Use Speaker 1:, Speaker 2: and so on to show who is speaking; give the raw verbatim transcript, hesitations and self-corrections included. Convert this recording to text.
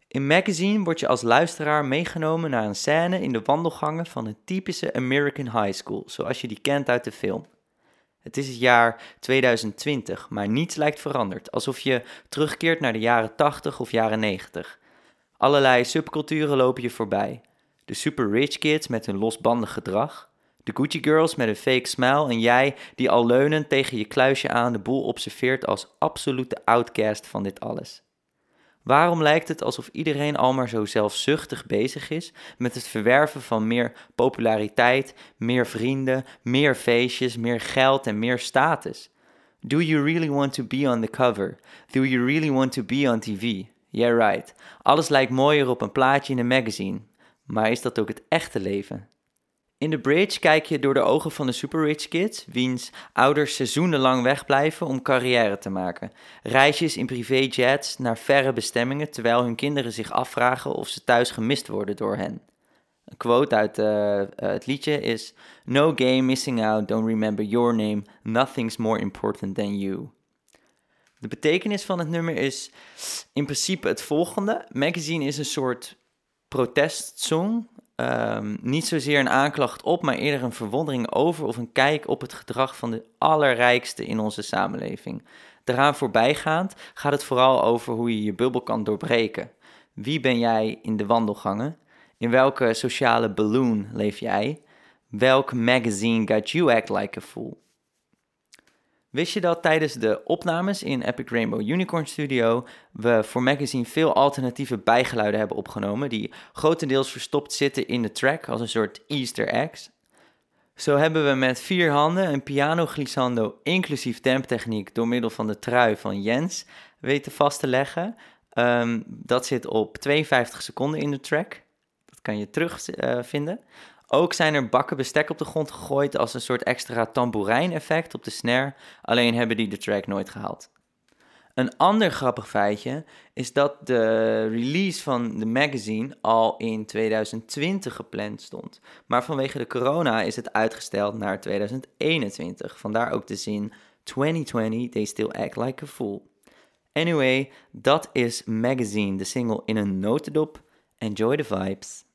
Speaker 1: In Magazine word je als luisteraar meegenomen naar een scène in de wandelgangen van een typische American high school, zoals je die kent uit de film. Het is het jaar tweeduizend twintig, maar niets lijkt veranderd, alsof je terugkeert naar de jaren tachtig of jaren negentig. Allerlei subculturen lopen je voorbij. De super rich kids met hun losbandig gedrag, de Gucci girls met een fake smile en jij die al leunend tegen je kluisje aan de boel observeert als absolute outcast van dit alles. Waarom lijkt het alsof iedereen al maar zo zelfzuchtig bezig is met het verwerven van meer populariteit, meer vrienden, meer feestjes, meer geld en meer status? Do you really want to be on the cover? Do you really want to be on T V? Yeah, right. Alles lijkt mooier op een plaatje in een magazine. Maar is dat ook het echte leven? In The Bridge kijk je door de ogen van de super rich kids, wiens ouders seizoenenlang wegblijven om carrière te maken. Reisjes in privéjets naar verre bestemmingen, terwijl hun kinderen zich afvragen of ze thuis gemist worden door hen. Een quote uit uh, uh, het liedje is: "No game missing out, don't remember your name, nothing's more important than you." De betekenis van het nummer is in principe het volgende. Magazine is een soort protestsong. Um, niet zozeer een aanklacht op, maar eerder een verwondering over of een kijk op het gedrag van de allerrijkste in onze samenleving. Daaraan voorbijgaand gaat het vooral over hoe je je bubbel kan doorbreken. Wie ben jij in de wandelgangen? In welke sociale balloon leef jij? Welk magazine got you act like a fool? Wist je dat tijdens de opnames in Epic Rainbow Unicorn Studio we voor Magazine veel alternatieve bijgeluiden hebben opgenomen die grotendeels verstopt zitten in de track als een soort easter eggs? Zo hebben we met vier handen een piano glissando inclusief damptechniek door middel van de trui van Jens weten vast te leggen. Um, dat zit op tweeënvijftig seconden in de track. Dat kan je terugvinden. Uh, Ook zijn er bakken bestek op de grond gegooid als een soort extra tamboerijn-effect op de snare, alleen hebben die de track nooit gehaald. Een ander grappig feitje is dat de release van de magazine al in tweeduizend twintig gepland stond, maar vanwege de corona is het uitgesteld naar tweeduizend eenentwintig, vandaar ook de zin twenty twenty, they still act like a fool. Anyway, dat is Magazine, de single in een notendop. Enjoy the vibes.